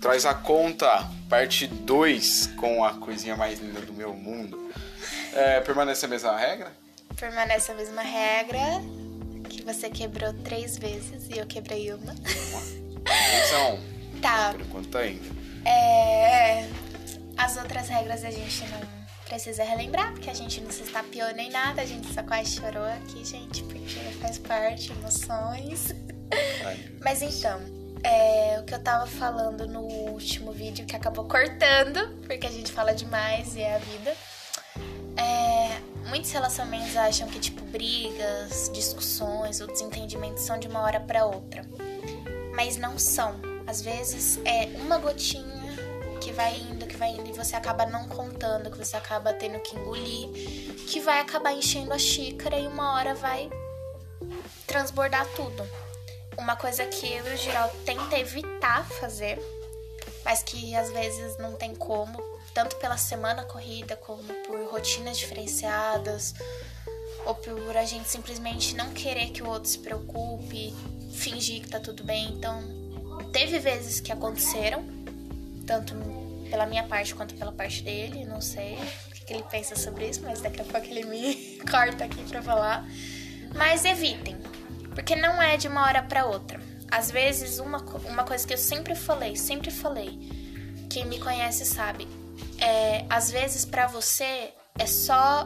Traz a conta, parte 2, com a coisinha mais linda do meu mundo. Permanece a mesma regra? Permanece a mesma regra, que você quebrou 3 vezes e eu quebrei uma. Então, Tá. por enquanto tá indo. As outras regras a gente não precisa relembrar, porque a gente não se estapeou nem nada, a gente só quase chorou aqui, gente, porque faz parte, emoções. Mas então, o que eu tava falando no último vídeo, que acabou cortando, porque a gente fala demais e é a vida. Muitos relacionamentos acham que, tipo, brigas, discussões ou desentendimentos são de uma hora pra outra. Mas não são. Às vezes é uma gotinha que vai indo, e você acaba não contando, que você acaba tendo que engolir, que vai acabar enchendo a xícara e uma hora vai transbordar tudo. Uma coisa que eu e o Giraldo tenta evitar fazer, mas que às vezes não tem como, tanto pela semana corrida, como por rotinas diferenciadas, ou por a gente simplesmente não querer que o outro se preocupe, fingir que tá tudo bem. Então, teve vezes que aconteceram, tanto pela minha parte quanto pela parte dele, não sei o que ele pensa sobre isso, mas daqui a pouco ele me corta aqui pra falar. Mas evitem, porque não é de uma hora pra outra. Às vezes, uma coisa que eu sempre falei, quem me conhece sabe, às vezes pra você é só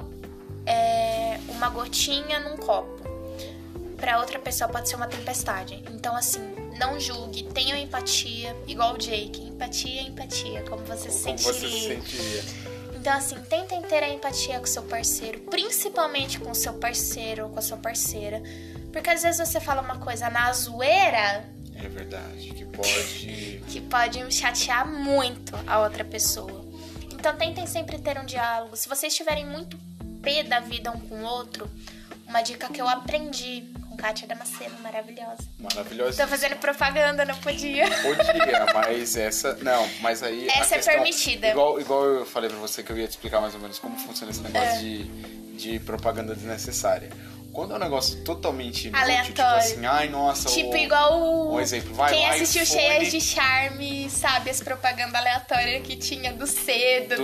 uma gotinha num copo. Pra outra pessoa pode ser uma tempestade. Então, assim, não julgue, tenha empatia, igual o Jake. Empatia, como você se sentiria. Então, assim, tentem ter a empatia com o seu parceiro, principalmente com o seu parceiro ou com a sua parceira. Porque às vezes você fala uma coisa na zoeira... É verdade, que pode chatear muito a outra pessoa. Então, tentem sempre ter um diálogo. Se vocês estiverem muito pé da vida um com o outro, uma dica que eu aprendi com Kátia Damasceno, maravilhosa. Tô fazendo propaganda, não podia. Podia, mas essa... Não, mas aí... Essa é permitida. Igual eu falei pra você que eu ia te explicar mais ou menos como funciona esse negócio de propaganda desnecessária. Quando é um negócio totalmente inútil, aleatório. tipo assim, ai, nossa... Tipo igual um exemplo, vai, quem o assistiu iPhone... Cheias de Charme, sabe? As propagandas aleatórias que tinha do cedo.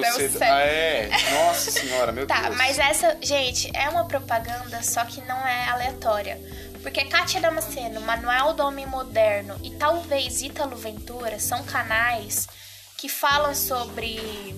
Nossa senhora, meu Deus. Tá, mas essa, gente, é uma propaganda, só que não é aleatória. Porque Kátia Damasceno, Manual do Homem Moderno e talvez Ítalo Ventura são canais que falam sobre...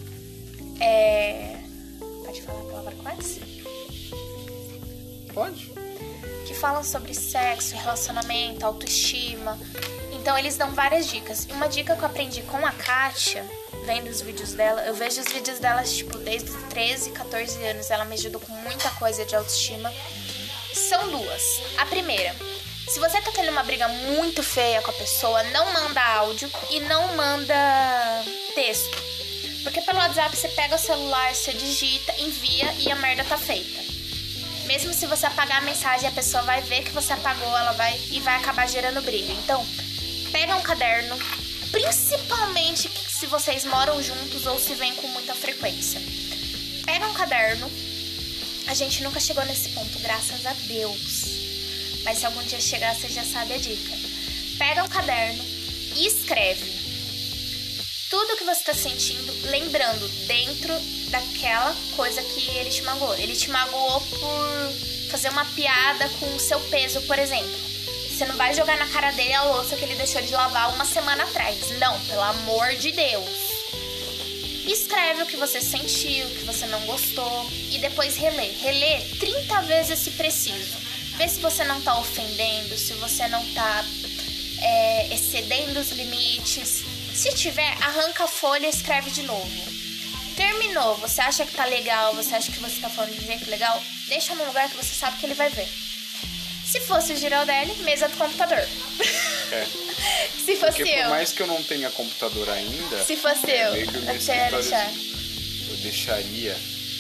Pode falar a palavra quase? Pode. Que falam sobre sexo, relacionamento, autoestima. Então eles dão várias dicas. Uma dica que eu aprendi com a Kátia, vendo os vídeos dela, eu vejo os vídeos dela tipo desde 13, 14 anos, ela me ajudou com muita coisa de autoestima. São 2. A primeira, se você tá tendo uma briga muito feia com a pessoa, não manda áudio e não manda texto. Porque pelo WhatsApp você pega o celular, você digita, envia e a merda tá feita. Mesmo se você apagar a mensagem, a pessoa vai ver que você apagou, ela vai acabar gerando briga. Então, pega um caderno, principalmente se vocês moram juntos ou se veem com muita frequência. Pega um caderno. A gente nunca chegou nesse ponto, graças a Deus. Mas se algum dia chegar, você já sabe a dica. Pega um caderno e escreve tudo que você tá sentindo, lembrando dentro daquela coisa que ele te magoou. Ele te magoou por fazer uma piada com o seu peso, por exemplo. Você não vai jogar na cara dele a louça que ele deixou de lavar uma semana atrás. Não, pelo amor de Deus. Escreve o que você sentiu, o que você não gostou e depois relê. Relê 30 vezes se preciso. Vê se você não tá ofendendo, se você não tá excedendo os limites. Se tiver, arranca a folha e escreve de novo. Terminou, você acha que tá legal, você acha que você tá falando de um jeito legal, deixa num lugar que você sabe que ele vai ver. Se fosse o Giraldelli, mesa do computador. Se fosse porque eu. Por mais que eu não tenha computador ainda... Se fosse eu ia deixar. Eu deixaria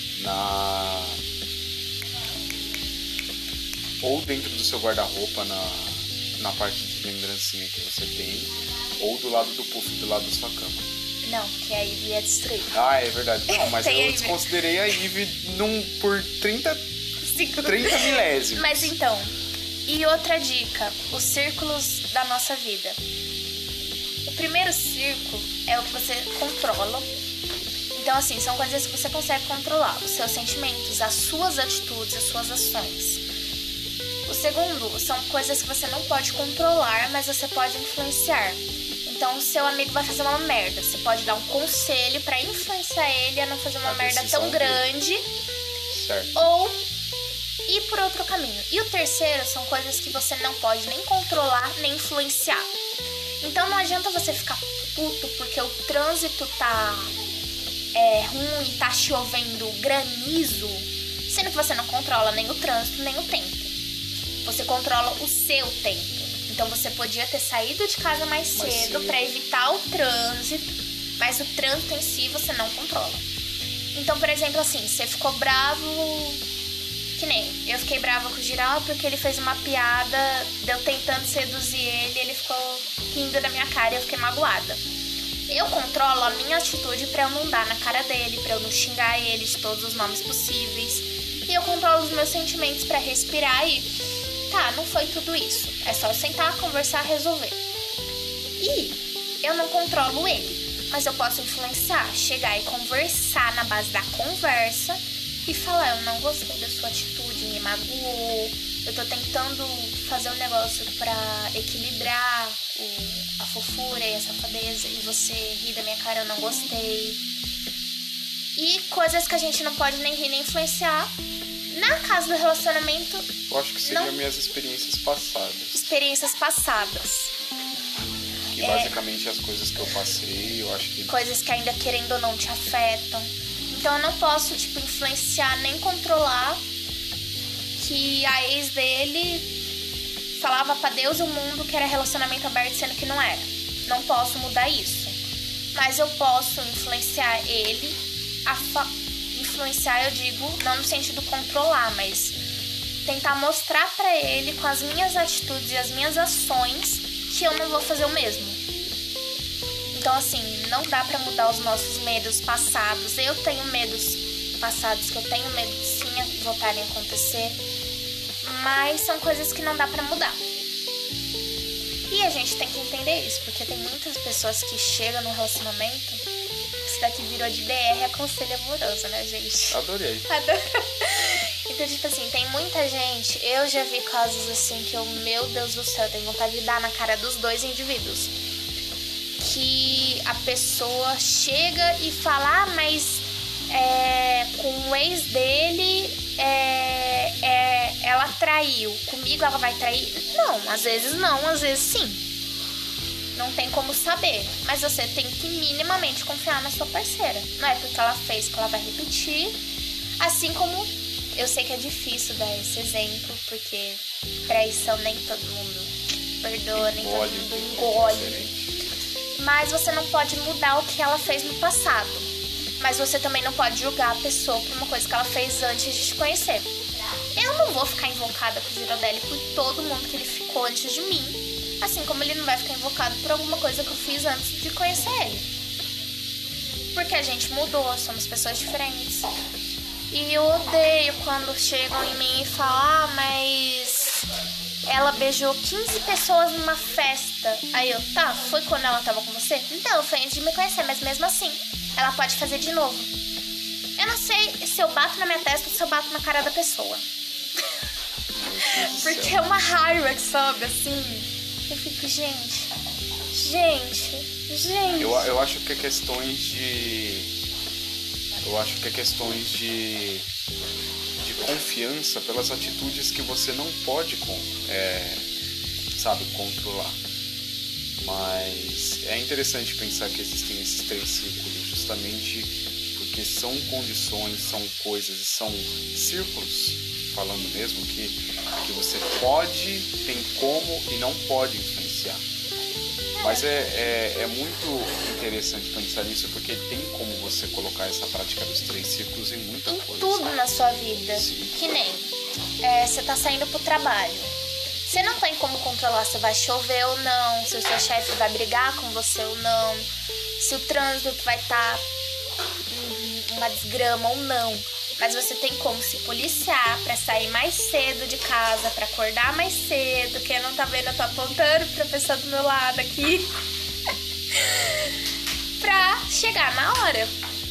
ou dentro do seu guarda-roupa, na parte de lembrancinha que você tem, ou do lado do puff, do lado da sua cama. Não, que a Ivy ia destruir. Ah, é verdade. Não, mas eu desconsiderei a Ivy por 30 milésimos. Mas então, e outra dica, os círculos da nossa vida. O primeiro círculo é o que você controla. Então, assim, são coisas que você consegue controlar. Os seus sentimentos, as suas atitudes, as suas ações. O segundo são coisas que você não pode controlar, mas você pode influenciar. Então, o seu amigo vai fazer uma merda. Você pode dar um conselho pra influenciar ele a não fazer uma merda tão grande. Certo. Ou ir por outro caminho. E o terceiro são coisas que você não pode nem controlar, nem influenciar. Então, não adianta você ficar puto porque o trânsito tá ruim e tá chovendo granizo, sendo que você não controla nem o trânsito, nem o tempo. Você controla o seu tempo. Então você podia ter saído de casa mais cedo para evitar o trânsito, mas o trânsito em si você não controla. Então, por exemplo, assim, você ficou bravo, que nem eu fiquei brava com o Giral porque ele fez uma piada, deu tentando seduzir ele ficou rindo da minha cara e eu fiquei magoada. Eu controlo a minha atitude pra eu não dar na cara dele, pra eu não xingar ele de todos os nomes possíveis. E eu controlo os meus sentimentos pra respirar e... Tá, não foi tudo isso. É só eu sentar, conversar, resolver. E eu não controlo ele, mas eu posso influenciar, chegar e conversar na base da conversa e falar, eu não gostei da sua atitude, me magoou. Eu tô tentando fazer um negócio pra equilibrar a fofura e a safadeza e você ri da minha cara, eu não gostei. E coisas que a gente não pode nem rir nem influenciar. Na casa do relacionamento... Eu acho que seriam minhas experiências passadas. Experiências passadas. Que basicamente as coisas que eu passei, eu acho que... Coisas que ainda querendo ou não te afetam. Então eu não posso, influenciar nem controlar que a ex dele falava pra Deus e o mundo que era relacionamento aberto, sendo que não era. Não posso mudar isso. Mas eu posso influenciar ele influenciar, eu digo, não no sentido controlar, mas tentar mostrar pra ele com as minhas atitudes e as minhas ações que eu não vou fazer o mesmo. Então, assim, não dá pra mudar os nossos medos passados. Eu tenho medos passados que eu tenho medo de sim voltarem a acontecer, mas são coisas que não dá pra mudar. E a gente tem que entender isso, porque tem muitas pessoas que chegam no relacionamento. Isso daqui virou de DR, aconselho amoroso, né, gente? Adorei. Então, assim, tem muita gente... Eu já vi casos assim que eu, meu Deus do céu, tenho vontade de dar na cara dos dois indivíduos. Que a pessoa chega e fala, mas com o ex dele, ela traiu. Comigo ela vai trair? Não, às vezes sim. Não tem como saber, mas você tem que minimamente confiar na sua parceira. Não é porque ela fez que ela vai repetir. Assim como eu sei que é difícil dar esse exemplo, porque traição nem todo mundo perdoa, nem todo mundo engole. Mas você não pode mudar o que ela fez no passado. Mas você também não pode julgar a pessoa por uma coisa que ela fez antes de te conhecer. Eu não vou ficar invocada com o Girodelli por todo mundo que ele ficou antes de mim. Assim como ele não vai ficar invocado por alguma coisa que eu fiz antes de conhecer ele. Porque a gente mudou, somos pessoas diferentes. E eu odeio quando chegam em mim e falam, mas ela beijou 15 pessoas numa festa. Aí eu, tá, foi quando ela tava com você? Não, foi antes de me conhecer, mas mesmo assim, ela pode fazer de novo. Eu não sei se eu bato na minha testa ou se eu bato na cara da pessoa. Porque é uma raiva que sobe, assim. Eu fico, gente. Eu acho que é questões de confiança pelas atitudes que você não pode controlar. Mas é interessante pensar que existem esses 3 círculos justamente porque são condições, são coisas, são círculos, falando mesmo, que você pode, tem como e não pode influenciar. Mas é muito interessante pensar nisso, porque tem como você colocar essa prática dos 3 círculos em muita coisa. Em tudo na sua vida. Sim. Que nem você tá saindo pro trabalho. Você não tem como controlar se vai chover ou não, se o seu chefe vai brigar com você ou não, se o trânsito vai estar uma desgrama ou não. Mas você tem como se policiar pra sair mais cedo de casa, pra acordar mais cedo. Quem não tá vendo, eu tô apontando pra pessoa do meu lado aqui. pra chegar na hora.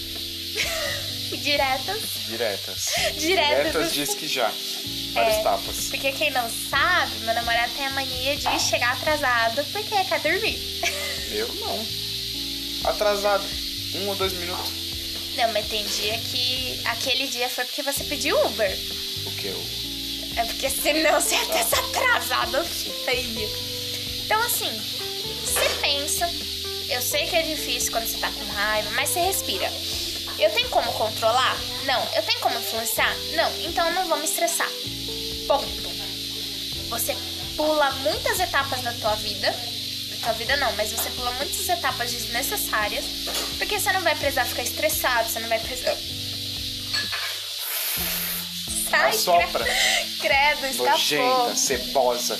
Diretas diz que já. Várias tapas. Porque quem não sabe, meu namorado tem a mania de chegar atrasado porque quer dormir. Eu não. Atrasado. 1 ou 2 minutos. Não, mas tem dia que... Aquele dia foi porque você pediu Uber. O que? É porque senão você ia ter se atrasado feio. Então, assim, você pensa... Eu sei que é difícil quando você tá com raiva, mas você respira. Eu tenho como controlar? Não. Eu tenho como influenciar? Não. Então eu não vou me estressar. Ponto. Você pula muitas etapas da tua vida. Da tua vida não, mas você pula muitas etapas desnecessárias. Porque você não vai precisar ficar estressado, você não vai precisar... Sai, assopra. Credo, escapou. Nojenta, cebosa.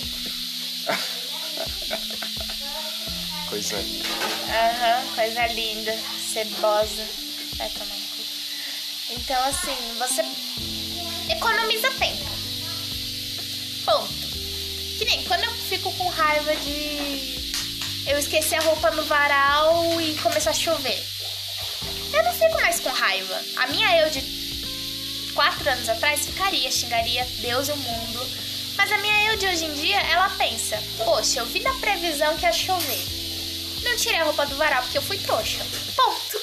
Coisa linda. Coisa linda. Cebosa. Vai tomar no cu. Então, assim, você economiza tempo. Ponto. Que nem quando eu fico com raiva de... Eu esqueci a roupa no varal e começou a chover. Eu não fico mais com raiva. A minha eu de 4 anos atrás ficaria, xingaria Deus e o mundo. Mas a minha eu de hoje em dia, ela pensa: poxa, eu vi na previsão que ia chover. Não tirei a roupa do varal porque eu fui trouxa. Ponto.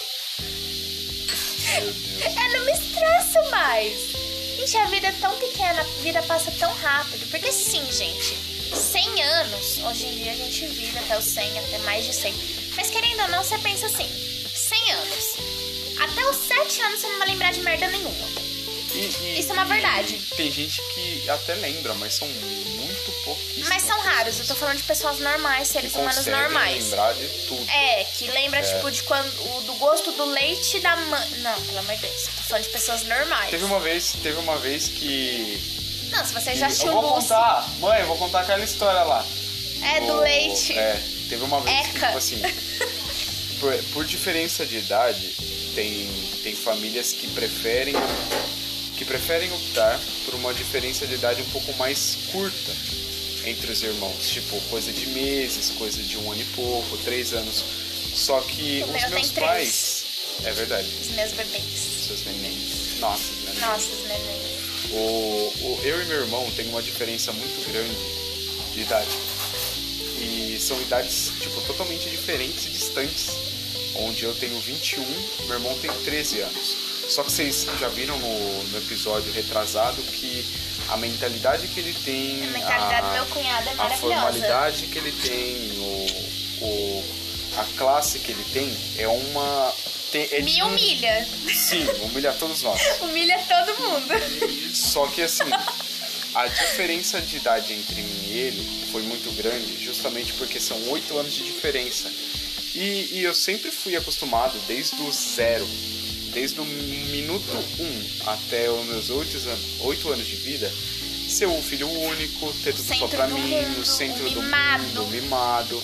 Eu não me estresso mais. Gente, a vida é tão pequena, a vida passa tão rápido. Porque sim, gente, 100 anos, hoje em dia a gente vive até os 100, até mais de 100. Mas querendo ou não, você pensa assim, 100 anos. Até os 7 anos você não vai lembrar de merda nenhuma. Isso é uma verdade. Tem gente que até lembra, mas são muito pouquíssimos. Mas são raros, eu tô falando de pessoas normais, seres humanos normais. Lembrar de tudo. Que lembra, tipo, de quando do gosto do leite da mãe. Não, pelo amor de Deus, tô falando de pessoas normais. Teve uma vez que... Não, se você já assistiu eu vou contar, mãe, eu vou contar aquela história lá. Do leite. Teve uma vez que, tipo assim, por diferença de idade, tem famílias que preferem optar por uma diferença de idade um pouco mais curta entre os irmãos. Tipo, coisa de meses, coisa de 1 ano e pouco, 3 anos. Só que os meus pais... É verdade. Os meus bebês. Seus nenéns. Nossos nenéns. Nossos nenéns. Eu e meu irmão tem uma diferença muito grande de idade. E são idades, tipo, totalmente diferentes e distantes. Onde eu tenho 21, meu irmão tem 13 anos. Só que vocês já viram no episódio retrasado que a mentalidade que ele tem... A mentalidade do meu cunhado é maravilhosa. A formalidade que ele tem, a classe que ele tem é uma... Me humilha. Sim, humilha todos nós. Humilha todo mundo. Só que assim, a diferença de idade entre mim e ele foi muito grande, justamente porque são 8 anos de diferença. E eu sempre fui acostumado, desde o zero, desde o minuto 1 até os meus 8 anos de vida, ser o filho único, ter tudo só pra mim, no centro do mundo, mimado.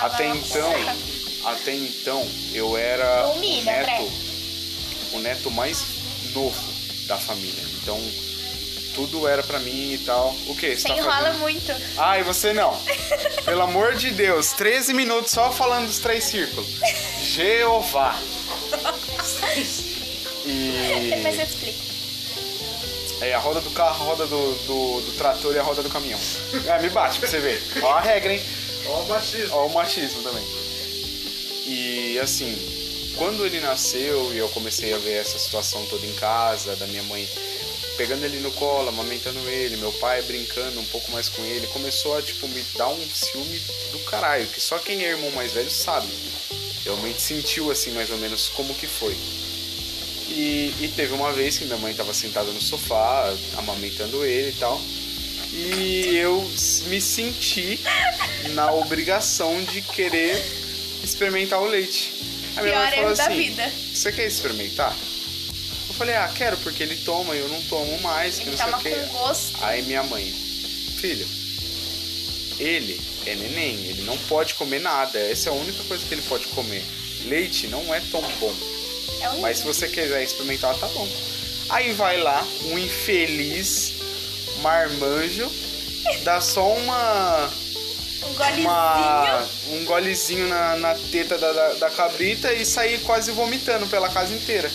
Até então, eu era o neto mais novo da família. Então, tudo era pra mim e tal. O quê? Você enrola muito. E você não. Pelo amor de Deus, 13 minutos só falando dos 3 círculos. Jeová. Depois eu explico. A roda do carro, a roda do trator e a roda do caminhão. Me bate pra você ver. Ó a regra, hein? Ó o machismo também. E assim, quando ele nasceu e eu comecei a ver essa situação toda em casa, da minha mãe pegando ele no colo, amamentando ele, meu pai brincando um pouco mais com ele, começou a, tipo, me dar um ciúme do caralho, que só quem é irmão mais velho sabe. Realmente sentiu, assim, mais ou menos como que foi. E teve uma vez que minha mãe estava sentada no sofá, amamentando ele e tal, e eu me senti na obrigação de querer experimentar o leite. A minha mãe falou assim: você quer experimentar? Eu falei: quero, porque ele toma e eu não tomo mais, que ele não sei o que. Com gosto. Aí minha mãe: filho, ele é neném, ele não pode comer nada, essa é a única coisa que ele pode comer. Leite não é tão bom. Mas se você quiser experimentar, tá bom. Aí vai lá, um infeliz marmanjo, dá só uma golezinho. um golezinho na teta da cabrita e sair quase vomitando pela casa inteira.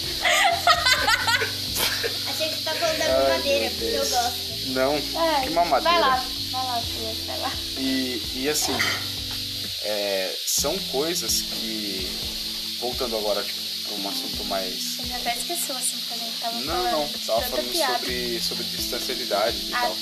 Achei que você tá falando da mamadeira, porque eu gosto. Não, que mamadeira. Vai lá, filha, vai lá. E assim, são coisas que, voltando agora para um assunto mais... Eu já até esqueci o assunto que a gente tava falando. Não, tava Tanta falando piada. sobre distancialidade e tal.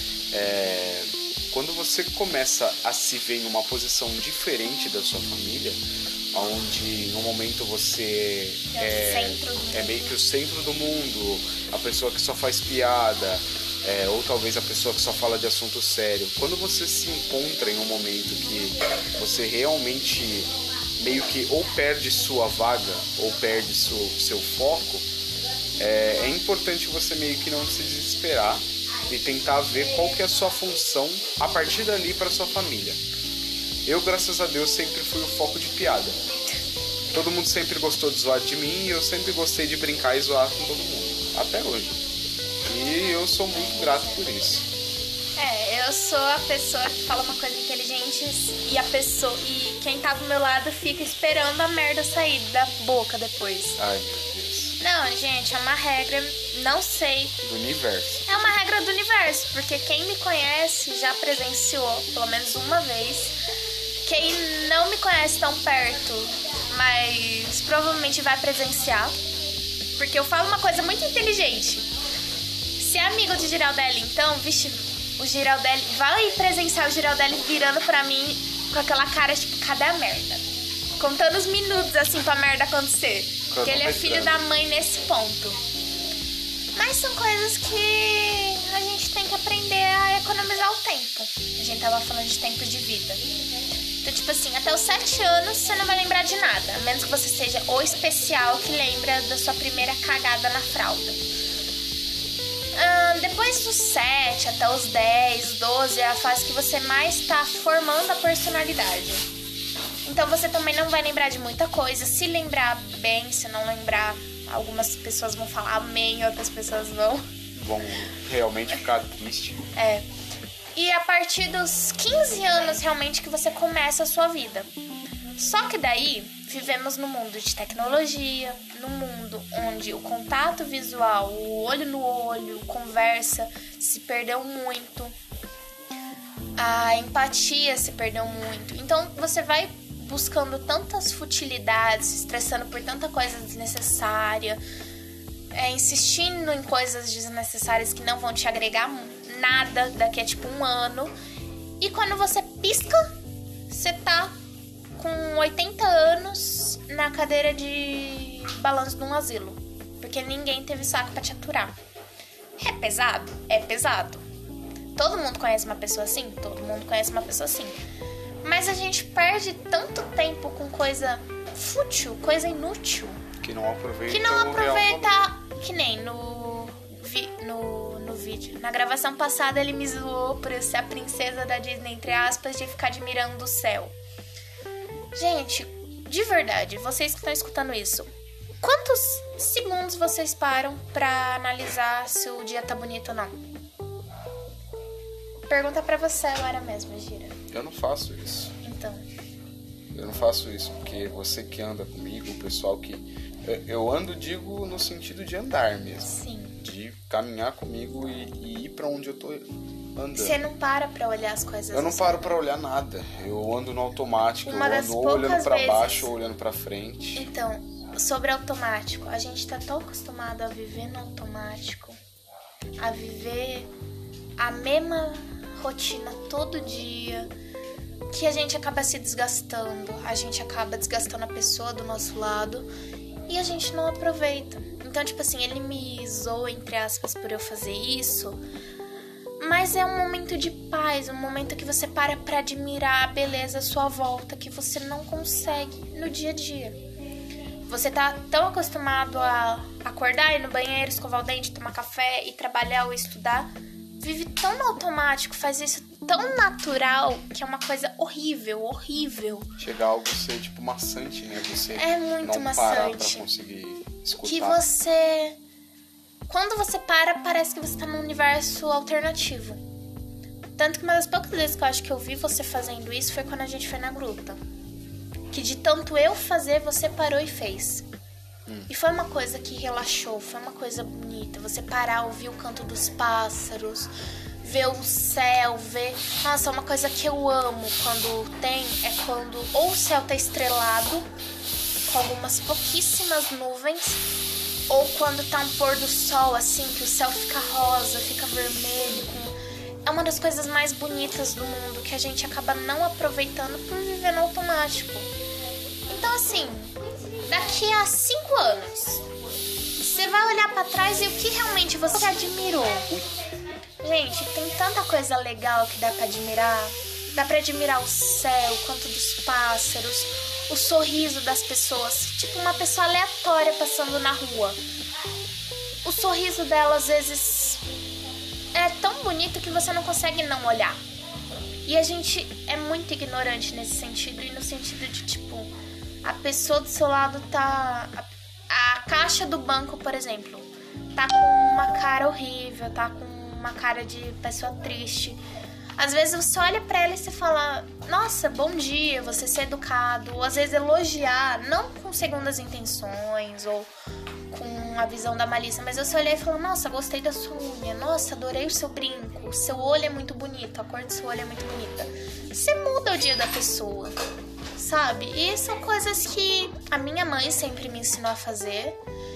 Quando você começa a se ver em uma posição diferente da sua família, onde no momento você é meio que o centro do mundo, a pessoa que só faz piada, ou talvez a pessoa que só fala de assunto sério. Quando você se encontra em um momento que você realmente meio que ou perde sua vaga ou perde seu foco, é importante você meio que não se desesperar e tentar ver qual que é a sua função a partir dali para sua família. Eu, graças a Deus, sempre fui o foco de piada. Todo mundo sempre gostou de zoar de mim e eu sempre gostei de brincar e zoar com todo mundo, até hoje. E eu sou muito grato por isso. Eu sou a pessoa que fala uma coisa inteligente e quem tá do meu lado fica esperando a merda sair da boca depois. Ai, meu Deus. Não, gente, é uma regra, não sei. Do universo. É uma regra do universo, porque quem me conhece já presenciou, pelo menos uma vez. Quem não me conhece tão perto, mas provavelmente vai presenciar. Porque eu falo uma coisa muito inteligente. Se é amigo de Giraldelli, então, vixe, o Giraldelli vai presenciar o Giraldelli virando pra mim com aquela cara, tipo, cadê a merda? Contando os minutos, assim, pra merda acontecer. Porque ele é filho da mãe nesse ponto. Mas são coisas que a gente tem que aprender a economizar o tempo. A gente tava falando de tempo de vida. Então, tipo assim, até os 7 anos você não vai lembrar de nada. A menos que você seja o especial que lembra da sua primeira cagada na fralda. Depois dos 7 até os 10, 12 é a fase que você mais tá formando a personalidade. Então você também não vai lembrar de muita coisa. Se lembrar bem, se não lembrar, algumas pessoas vão falar amém, outras pessoas vão realmente ficar triste. E a partir dos 15 anos realmente que você começa a sua vida. Só que daí vivemos num mundo de tecnologia, num mundo onde o contato visual, o olho no olho, conversa se perdeu muito. A empatia se perdeu muito. Então você vai buscando tantas futilidades, se estressando por tanta coisa desnecessária, insistindo em coisas desnecessárias que não vão te agregar nada daqui a tipo 1 ano. E quando você pisca, você tá com 80 anos na cadeira de balanço de um asilo. Porque ninguém teve saco pra te aturar. É pesado? É pesado. Todo mundo conhece uma pessoa assim? Todo mundo conhece uma pessoa assim. Mas a gente perde tanto tempo com coisa fútil, coisa inútil. Que não aproveita. Que nem no vídeo. Na gravação passada ele me zoou por eu ser a princesa da Disney, entre aspas, de ficar admirando o céu. Gente, de verdade, vocês que estão escutando isso, quantos segundos vocês param pra analisar se o dia tá bonito ou não? Pergunta pra você agora mesmo, Gira. Eu não faço isso. Então. Eu não faço isso porque você que anda comigo, o pessoal que... Eu ando, digo, no sentido de andar mesmo. Sim. De caminhar comigo e ir pra onde eu tô andando. Você não para pra olhar as coisas. Eu não assim. paro pra olhar nada. Eu ando no automático, Uma eu das ando ou olhando pra poucas baixo ou vezes. olhando pra frente. Então, sobre automático, a gente tá tão acostumado a viver no automático, a viver a mesma rotina todo dia, que a gente acaba se desgastando, a gente acaba desgastando a pessoa do nosso lado e a gente não aproveita. Então, tipo assim, ele me zoa, entre aspas, por eu fazer isso, mas é um momento de paz, um momento que você para pra admirar a beleza à sua volta, que você não consegue no dia a dia. Você tá tão acostumado a acordar, ir no banheiro, escovar o dente, tomar café e trabalhar ou estudar, vive tão no automático, faz isso tão natural, que é uma coisa horrível, horrível. Chega a algo ser, tipo, maçante, né? Você é muito não maçante. parar pra conseguir escutar. Que você... Quando você para, parece que você tá num universo alternativo. Tanto que uma das poucas vezes que eu acho que eu vi você fazendo isso foi quando a gente foi na gruta. Que de tanto eu fazer, você parou e fez. E foi uma coisa que relaxou, foi uma coisa bonita. Você parar, ouvir o canto dos pássaros, ver o céu, ver... Nossa, uma coisa que eu amo quando tem é quando ou o céu tá estrelado, com algumas pouquíssimas nuvens, ou quando tá um pôr do sol, assim, que o céu fica rosa, fica vermelho. É uma das coisas mais bonitas do mundo, que a gente acaba não aproveitando por viver no automático. Então, assim, daqui a 5 anos, você vai olhar pra trás e o que realmente você admirou? Gente, tem tanta coisa legal que dá pra admirar. Dá pra admirar o céu, o canto dos pássaros, o sorriso das pessoas. Tipo, uma pessoa aleatória passando na rua. O sorriso dela, às vezes, é tão bonito que você não consegue não olhar. E a gente é muito ignorante nesse sentido. E no sentido de, tipo, a pessoa do seu lado tá... A caixa do banco, por exemplo, tá com uma cara horrível, tá com uma cara de pessoa triste. Às vezes você olha pra ela e você fala, nossa, bom dia, você ser educado. Ou às vezes elogiar, não com segundas intenções ou com a visão da malícia, mas você olhar e falar, nossa, gostei da sua unha, nossa, adorei o seu brinco, o seu olho é muito bonito, a cor do seu olho é muito bonita. Você muda o dia da pessoa, sabe? E são coisas que a minha mãe sempre me ensinou a fazer.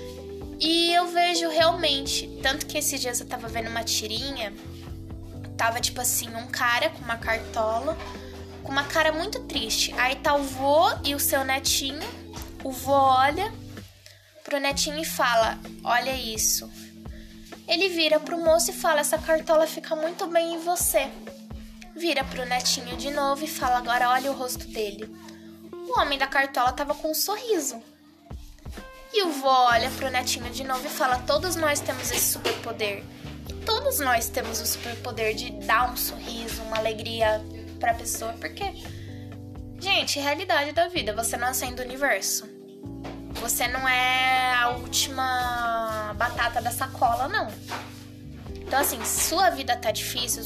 E eu vejo realmente, tanto que esses dias eu tava vendo uma tirinha, tava tipo assim, um cara com uma cartola, com uma cara muito triste. Aí tá o vô e o seu netinho, o vô olha pro netinho e fala, olha isso. Ele vira pro moço e fala, essa cartola fica muito bem em você. Vira pro netinho de novo e fala, agora olha o rosto dele. O homem da cartola tava com um sorriso. E o vô olha pro netinho de novo e fala, todos nós temos esse superpoder. E todos nós temos o superpoder de dar um sorriso, uma alegria pra pessoa. Porque, gente, realidade da vida, você não acende o universo. Você não é a última batata da sacola, não. Então, assim, sua vida tá difícil,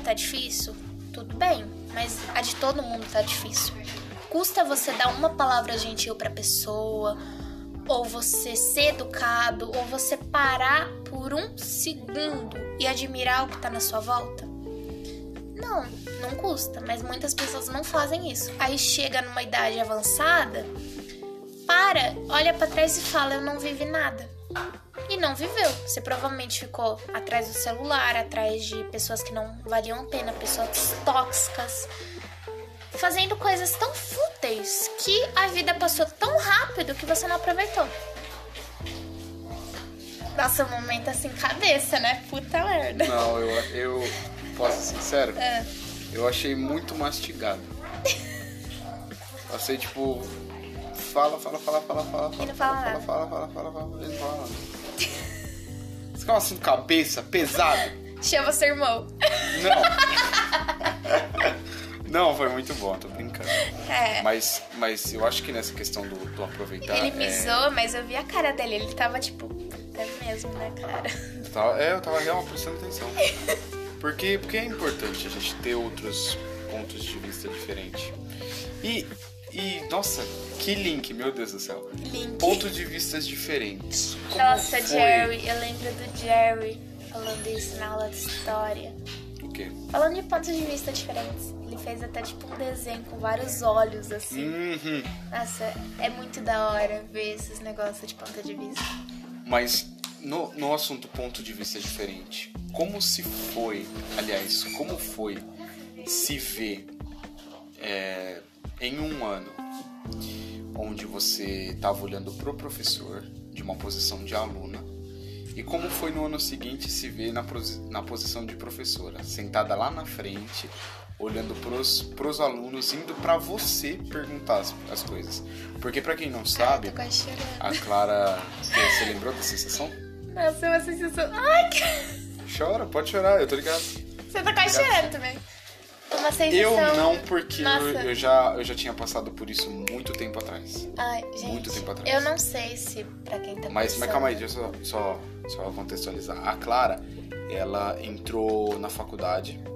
tudo bem. Mas a de todo mundo tá difícil. Custa você dar uma palavra gentil pra pessoa, ou você ser educado, ou você parar por um segundo e admirar o que tá na sua volta? Não custa, mas muitas pessoas não fazem isso. Aí chega numa idade avançada, olha pra trás e fala, eu não vivi nada. E não viveu. Você provavelmente ficou atrás do celular, atrás de pessoas que não valiam a pena, pessoas tóxicas, fazendo coisas tão fúteis que a vida passou tão rápido que você não aproveitou. Nossa, um momento assim, cabeça, né? Puta merda. Não, eu posso ser sincero? Eu achei muito mastigado. Eu achei tipo... Fala. E não fala nada. Fala, e não fala nada. Você fica um assunto cabeça, pesado. Chama seu irmão. Não, foi muito bom, tô brincando. É. Mas eu acho que nessa questão do aproveitar... Ele me zoou, mas eu vi a cara dele. Ele tava tipo, é mesmo, né, cara? Eu tava realmente prestando atenção. Porque é importante a gente ter outros pontos de vista diferentes. E, nossa, que link, meu Deus do céu. Link. Pontos de vistas diferentes. Como Nossa, foi? Jerry, eu lembro do Jerry falando isso na aula de história. O quê? Falando de pontos de vista diferentes. Ele fez até tipo um desenho com vários olhos, assim. Uhum. Nossa, é muito da hora ver esses negócios de ponto de vista. Mas no assunto ponto de vista diferente, como foi se ver em um ano onde você estava olhando pro professor de uma posição de aluna, e como foi no ano seguinte se ver na posição de professora, sentada lá na frente, olhando pros alunos, indo pra você perguntar as coisas. Porque pra quem não sabe, tô quase chorando. a Clara... Você lembrou da sensação? Nossa, é uma sensação... Ai, que... Chora, pode chorar, eu tô ligado. Você tá quase chorando também. Uma sensação... Eu não, porque Nossa. eu já tinha passado por isso muito tempo atrás. Ai, gente, Muito tempo atrás. eu não sei se pra quem tá Mas pensando... calma aí, deixa eu só contextualizar. A Clara, ela entrou na faculdade,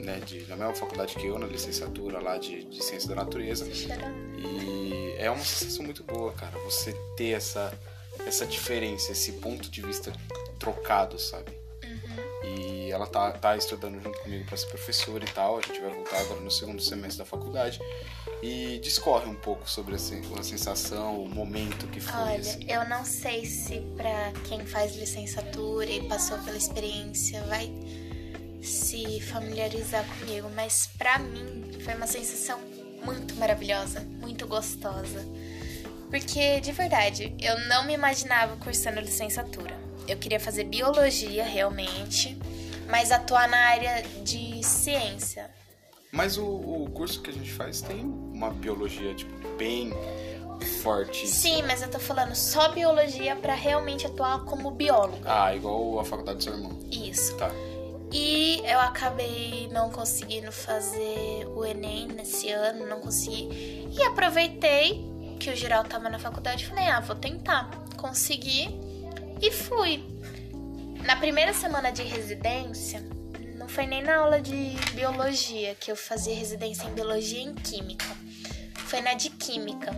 né, na mesma faculdade que eu, na licenciatura lá de Ciência da Natureza. E é uma sensação muito boa, cara, você ter essa diferença, esse ponto de vista trocado, sabe? E ela tá estudando junto comigo para ser professora e tal. A gente vai voltar agora no segundo semestre da faculdade e discorre um pouco sobre a sensação, o momento que foi. Olha, assim. eu não sei se pra quem faz licenciatura e passou pela experiência vai se familiarizar comigo, mas pra mim foi uma sensação muito maravilhosa, muito gostosa. Porque, de verdade, eu não me imaginava cursando licenciatura. Eu queria fazer biologia, realmente, mas atuar na área de ciência. Mas o curso que a gente faz tem uma biologia, tipo, bem forte. Sim, mas eu tô falando só biologia pra realmente atuar como bióloga. Ah, igual a faculdade do seu irmão. Isso. Tá. E eu acabei não conseguindo fazer o Enem nesse ano, não consegui. E aproveitei que o geral tava na faculdade e falei, vou tentar. Consegui e fui. Na primeira semana de residência, não foi nem na aula de biologia, que eu fazia residência em biologia e em química. Foi na de química.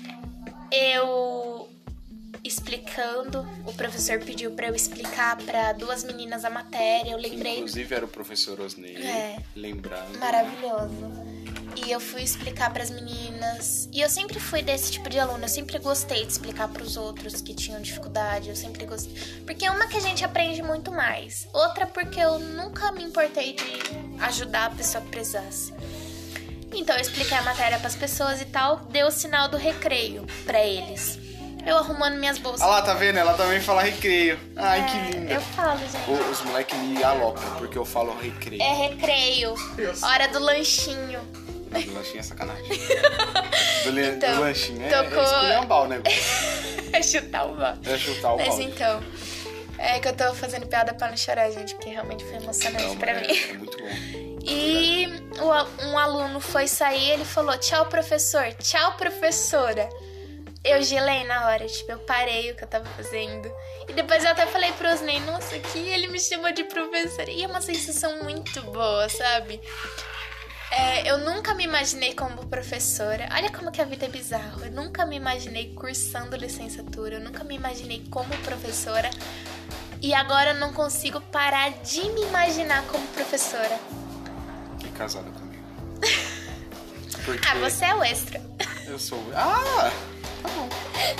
Eu explicando, o professor pediu pra eu explicar pra 2 meninas a matéria, eu lembrei... Inclusive era o professor Osnei, lembrando. Maravilhoso. E eu fui explicar pras meninas. E eu sempre fui desse tipo de aluno. Eu sempre gostei de explicar pros outros que tinham dificuldade. Eu sempre gostei. Porque uma que a gente aprende muito mais. Outra porque eu nunca me importei de ajudar a pessoa que precisasse. Então eu expliquei a matéria pras pessoas e tal. Deu o sinal do recreio pra eles. Eu arrumando minhas bolsas. Ah lá, tá vendo? Ela também fala recreio. Ai, que linda. Eu falo, gente. Os moleques me alopram porque eu falo recreio. É recreio. Hora do lanchinho. Não, do lanchinho é sacanagem. Então, do lanchinho tocou... é esculhambar o negócio. É chutar o balde. É chutar o balde. Mas então, é que eu tô fazendo piada pra não chorar, gente, porque realmente foi emocionante pra mim. É muito bom. E um aluno foi sair, ele falou, tchau, professor, tchau, professora. Eu gelei na hora, tipo, eu parei o que eu tava fazendo. E depois eu até falei pro Osnei, nossa, que ele me chamou de professora. E é uma sensação muito boa, sabe? Eu nunca me imaginei como professora. Olha como que a vida é bizarra. Eu nunca me imaginei cursando licenciatura. Eu nunca me imaginei como professora. E agora eu não consigo parar de me imaginar como professora. E casada comigo. Porque Você é o extra. eu sou... Ah! Tá bom.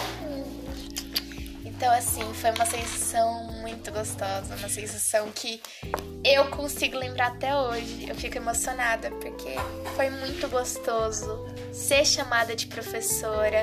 Então, assim, foi uma sensação muito gostosa. Uma sensação que eu consigo lembrar até hoje. Eu fico emocionada porque foi muito gostoso ser chamada de professora.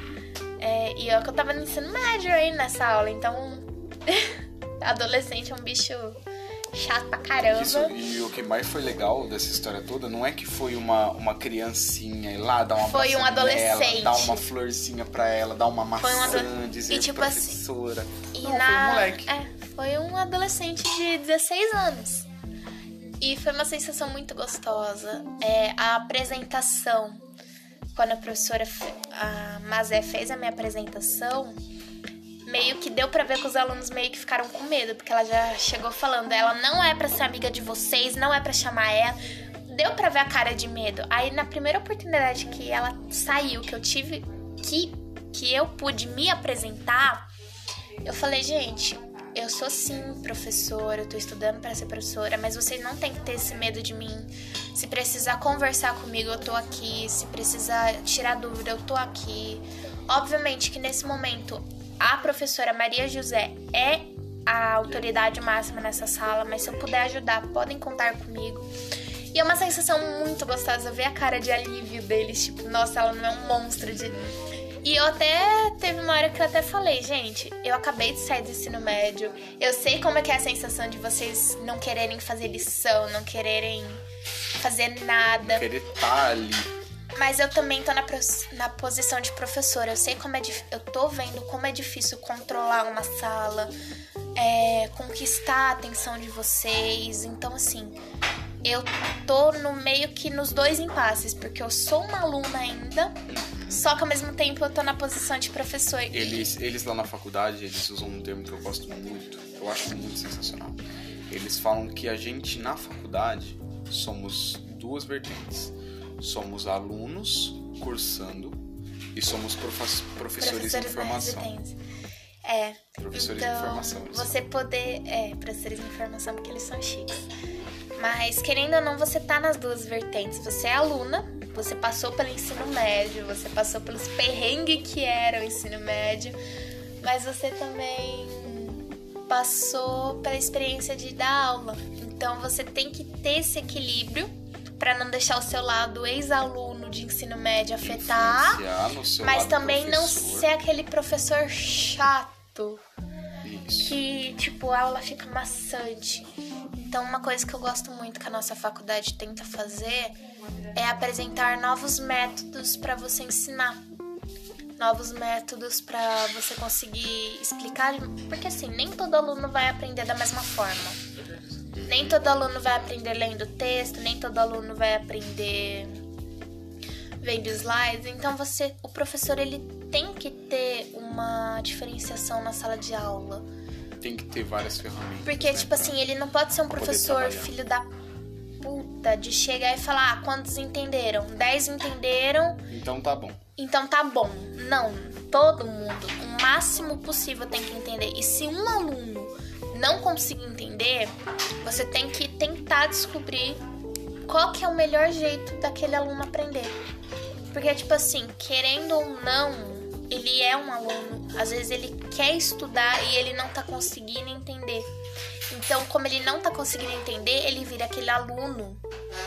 E eu tava no ensino médio aí nessa aula. Então, adolescente é um bicho chato pra caramba. E o que mais foi legal dessa história toda não é que foi uma criancinha ir lá dar uma Foi um adolescente. Dar uma florzinha pra ela, dar uma maçã, dizer e, tipo professora. Assim, não, foi um moleque. Foi um adolescente de 16 anos. E foi uma sensação muito gostosa. A apresentação, quando a professora a Mazé fez a minha apresentação, meio que deu pra ver que os alunos meio que ficaram com medo, porque ela já chegou falando, ela não é pra ser amiga de vocês, não é pra chamar ela. Deu pra ver a cara de medo. Aí na primeira oportunidade que ela saiu, que eu tive, que eu pude me apresentar, eu falei, gente, eu sou sim professora, eu tô estudando pra ser professora, mas vocês não tem que ter esse medo de mim. Se precisar conversar comigo, eu tô aqui. Se precisar tirar dúvida, eu tô aqui. Obviamente que nesse momento a professora Maria José é a autoridade máxima nessa sala, mas se eu puder ajudar, podem contar comigo. E é uma sensação muito gostosa ver a cara de alívio deles, tipo, nossa, ela não é um monstro de... E eu até, teve uma hora que eu até falei, gente, eu acabei de sair do ensino médio, eu sei como é que é a sensação de vocês não quererem fazer lição, não quererem fazer nada. Não querer estar ali. Mas eu também tô na posição de professora. Eu sei como eu tô vendo como é difícil controlar uma sala, conquistar a atenção de vocês. Então, assim, eu tô no meio que nos dois impasses, porque eu sou uma aluna ainda, só que ao mesmo tempo eu tô na posição de professor. Eles lá na faculdade, eles usam um termo que eu gosto muito, eu acho muito sensacional. Eles falam que a gente na faculdade somos duas vertentes. Somos alunos cursando e somos professores em formação. Professores de informação. Você poder... professores de informação, porque eles são chiques. Mas, querendo ou não, você tá nas duas vertentes. Você é aluna, você passou pelo ensino médio, você passou pelos perrengues que era o ensino médio, mas você também passou pela experiência de dar aula. Então, você tem que ter esse equilíbrio para não deixar o seu lado ex-aluno de ensino médio afetar, mas também não ser aquele professor chato. Isso. Que, tipo, a aula fica maçante. Então, uma coisa que eu gosto muito que a nossa faculdade tenta fazer é apresentar novos métodos para você ensinar. Novos métodos para você conseguir explicar. Porque, assim, nem todo aluno vai aprender da mesma forma. Nem todo aluno vai aprender lendo texto, nem todo aluno vai aprender vendo slides. Então, o professor, ele tem que ter uma diferenciação na sala de aula. Tem que ter várias ferramentas. Porque, tipo assim, ele não pode ser um professor filho da puta de chegar e falar, quantos entenderam? 10 entenderam. Então tá bom. Então tá bom. Não, todo mundo, o máximo possível tem que entender. E se um aluno não conseguir entender, você tem que tentar descobrir qual que é o melhor jeito daquele aluno aprender. Porque, tipo assim, querendo ou não, ele é um aluno. Às vezes ele quer estudar e ele não tá conseguindo entender. Então, como ele não tá conseguindo entender, ele vira aquele aluno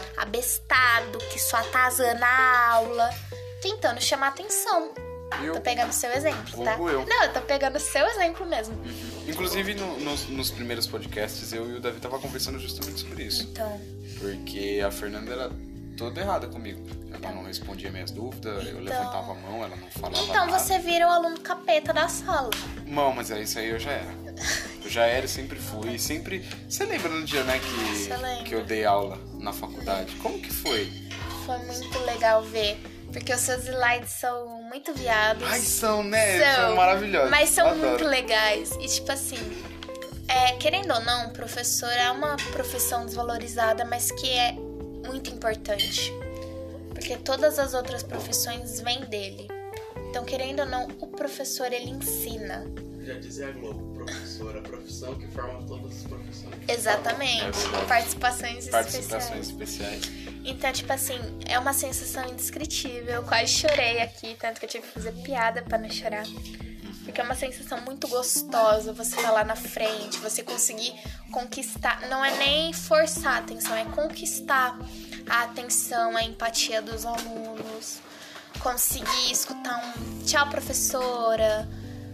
abestado, que só atazana a aula, tentando chamar atenção. Tô pegando seu exemplo, tá? Não, eu tô pegando seu exemplo mesmo. Inclusive, nos primeiros podcasts, eu e o Davi tava conversando justamente sobre isso. Então. Porque a Fernanda era toda errada comigo. Ela não respondia minhas dúvidas, eu levantava a mão, ela não falava então, nada. você vira o aluno capeta da sala. Não, mas isso aí eu já era. Eu já era e sempre fui. Você lembra no dia, né, que eu dei aula na faculdade? Como que foi? Foi muito legal ver. Porque os seus slides são muito viados. Ai, são, né? São maravilhosos. Mas são muito legais. E, tipo assim, querendo ou não, professor é uma profissão desvalorizada, mas que é muito importante. Porque todas as outras profissões vêm dele. Então, querendo ou não, o professor, ele ensina. Já dizia a Globo, professor, a profissão que forma todas as profissões. Exatamente. Participações especiais. Então, tipo assim, é uma sensação indescritível. Eu quase chorei aqui, tanto que eu tive que fazer piada pra não chorar. Porque é uma sensação muito gostosa você tá lá na frente, você conseguir conquistar. Não é nem forçar a atenção, é conquistar a atenção, a empatia dos alunos. Conseguir escutar um tchau, professora.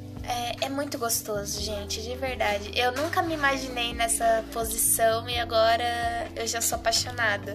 É muito gostoso, gente, de verdade. Eu nunca me imaginei nessa posição e agora eu já sou apaixonada.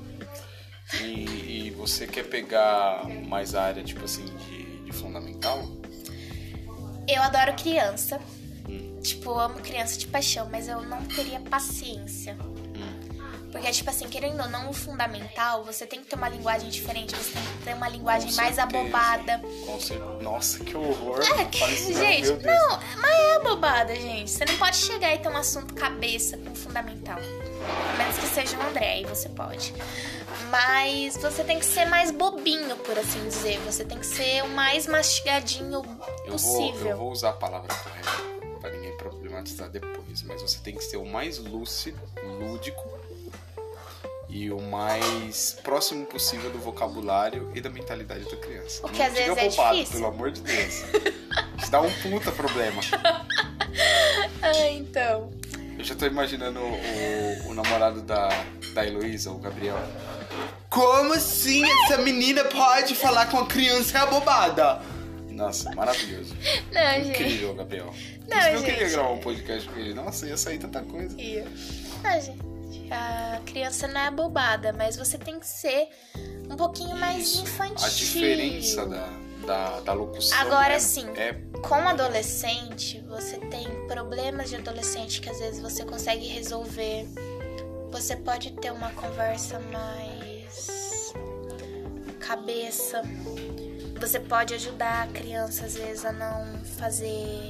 E você quer pegar mais a área, tipo assim, de fundamental? Eu adoro criança. Tipo, eu amo criança de paixão, mas eu não teria paciência. Porque, tipo assim, querendo ou não, o fundamental, você tem que ter uma linguagem diferente, você tem que ter uma linguagem mais abobada. Nossa, que horror. Gente, não, mas é abobada, gente. Você não pode chegar e ter um assunto cabeça com fundamental. A menos que seja um André, aí você pode. Mas você tem que ser mais bobinho, por assim dizer. Você tem que ser o mais mastigadinho possível. Eu vou usar a palavra correta pra ninguém problematizar depois. Mas você tem que ser o mais lúcido, lúdico e o mais próximo possível do vocabulário e da mentalidade da criança. O que às vezes é difícil. Pelo amor de Deus. Isso dá um puta problema. Então. Eu já tô imaginando o namorado da Heloísa, o Gabriel. Como assim essa menina pode falar com a criança abobada? Nossa, maravilhoso. Não, incrível, gente. Gabriel. Não, eu gente. queria gravar um podcast com ele. Nossa, ia sair tanta coisa. Não, gente. A criança não é bobada, mas você tem que ser um pouquinho mais infantil. A diferença da locução. Agora sim, com adolescente, você tem problemas de adolescente que às vezes você consegue resolver. Você pode ter uma conversa mais cabeça. Você pode ajudar a criança às vezes a não fazer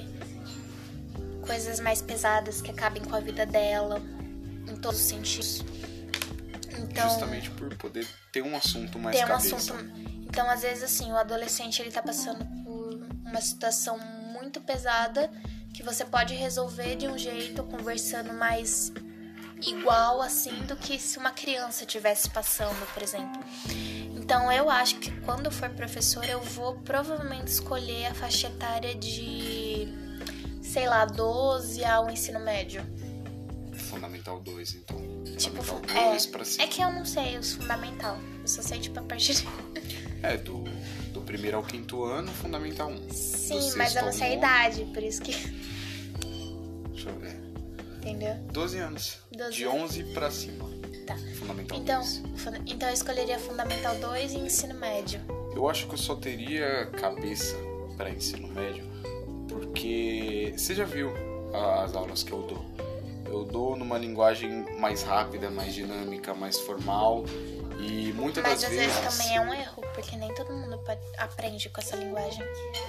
coisas mais pesadas que acabem com a vida dela, em todos os sentidos. Então, justamente por poder ter um assunto mais ter um cabeça. assunto. Então, às vezes, assim, o adolescente ele tá passando por uma situação muito pesada que você pode resolver de um jeito, conversando mais igual, assim, do que se uma criança estivesse passando, por exemplo. Então, eu acho que quando eu for professora, eu vou provavelmente escolher a faixa etária de, sei lá, 12 ao ensino médio. Fundamental 2, então. Tipo, Fundamental 2 pra cima. é que eu não sei os fundamental. Eu só sei, tipo, a partir de... Do primeiro ao quinto ano, Fundamental 1. Sim, mas eu não sei a idade, por isso que... Deixa eu ver. Entendeu? 12 anos. 12 de 11 pra cima. Tá. Fundamental Então, 2. então eu escolheria Fundamental 2 e ensino médio. Eu acho que eu só teria cabeça pra ensino médio, porque você já viu as aulas que eu dou. Eu dou numa linguagem mais rápida, mais dinâmica, mais formal e muitas Mas das às vezes... vezes também é um erro, porque nem todo mundo aprende com essa linguagem.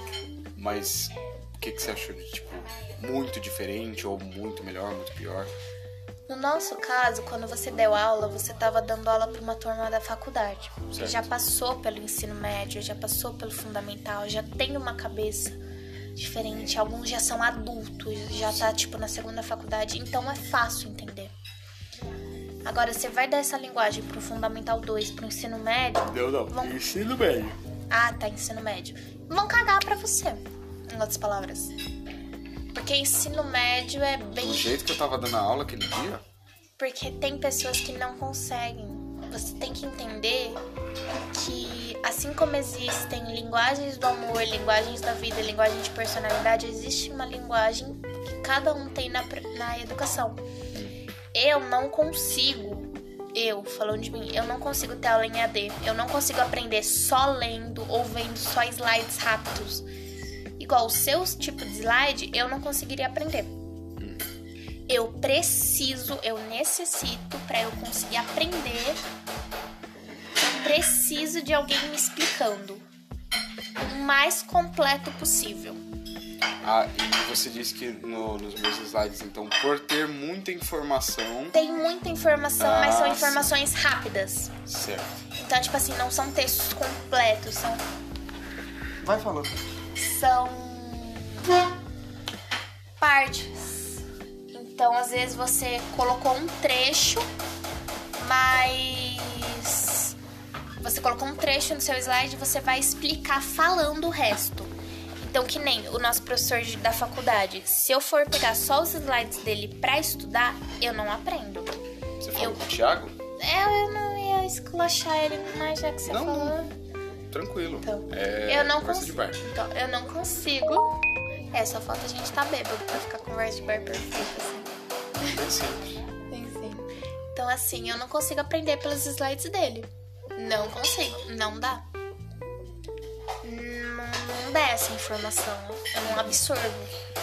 Mas o que você achou de, tipo, muito diferente ou muito melhor, muito pior? No nosso caso, quando você deu aula, você estava dando aula para uma turma da faculdade. Que Certo. já passou pelo ensino médio, já passou pelo fundamental, já tem uma cabeça diferente. Alguns já são adultos, já tá, tipo, na segunda faculdade. Então é fácil entender. Agora, você vai dar essa linguagem pro Fundamental 2, pro ensino médio... Não. Ensino médio. Ah, tá, ensino médio. Vão cagar pra você, em outras palavras. Porque ensino médio é bem... Do jeito que eu tava dando a aula aquele dia, Porque tem pessoas que não conseguem. Você tem que entender que, assim como existem linguagens do amor, linguagens da vida, linguagem de personalidade, existe uma linguagem que cada um tem na educação. Eu não consigo, falando de mim, eu não consigo ter aula em AD. Eu não consigo aprender só lendo ou vendo só slides rápidos. Igual o seu tipo de slide, eu não conseguiria aprender. Eu necessito, pra eu conseguir aprender, eu preciso de alguém me explicando o mais completo possível. e você disse que nos meus slides, então, por ter muita informação... Tem muita informação, mas são sim. informações rápidas. Certo. Então, tipo assim, não são textos completos, Vai falando. são partes. Então, às vezes você colocou um trecho, mas você colocou um trecho no seu slide e você vai explicar falando o resto. Então, que nem o nosso professor da faculdade, se eu for pegar só os slides dele pra estudar, eu não aprendo. Você falou com o Thiago? Eu não ia esculachar ele, mas já que você Não, falou... Tranquilo. Então, É eu não conversa de bar. consigo. Então, eu não consigo. Só falta a gente tá bêbado pra ficar conversa de bar perfeita, assim. Bem simples. Enfim. Então, assim, eu não consigo aprender pelos slides dele. Não consigo. Não dá. Não dá essa informação. Eu não absorvo.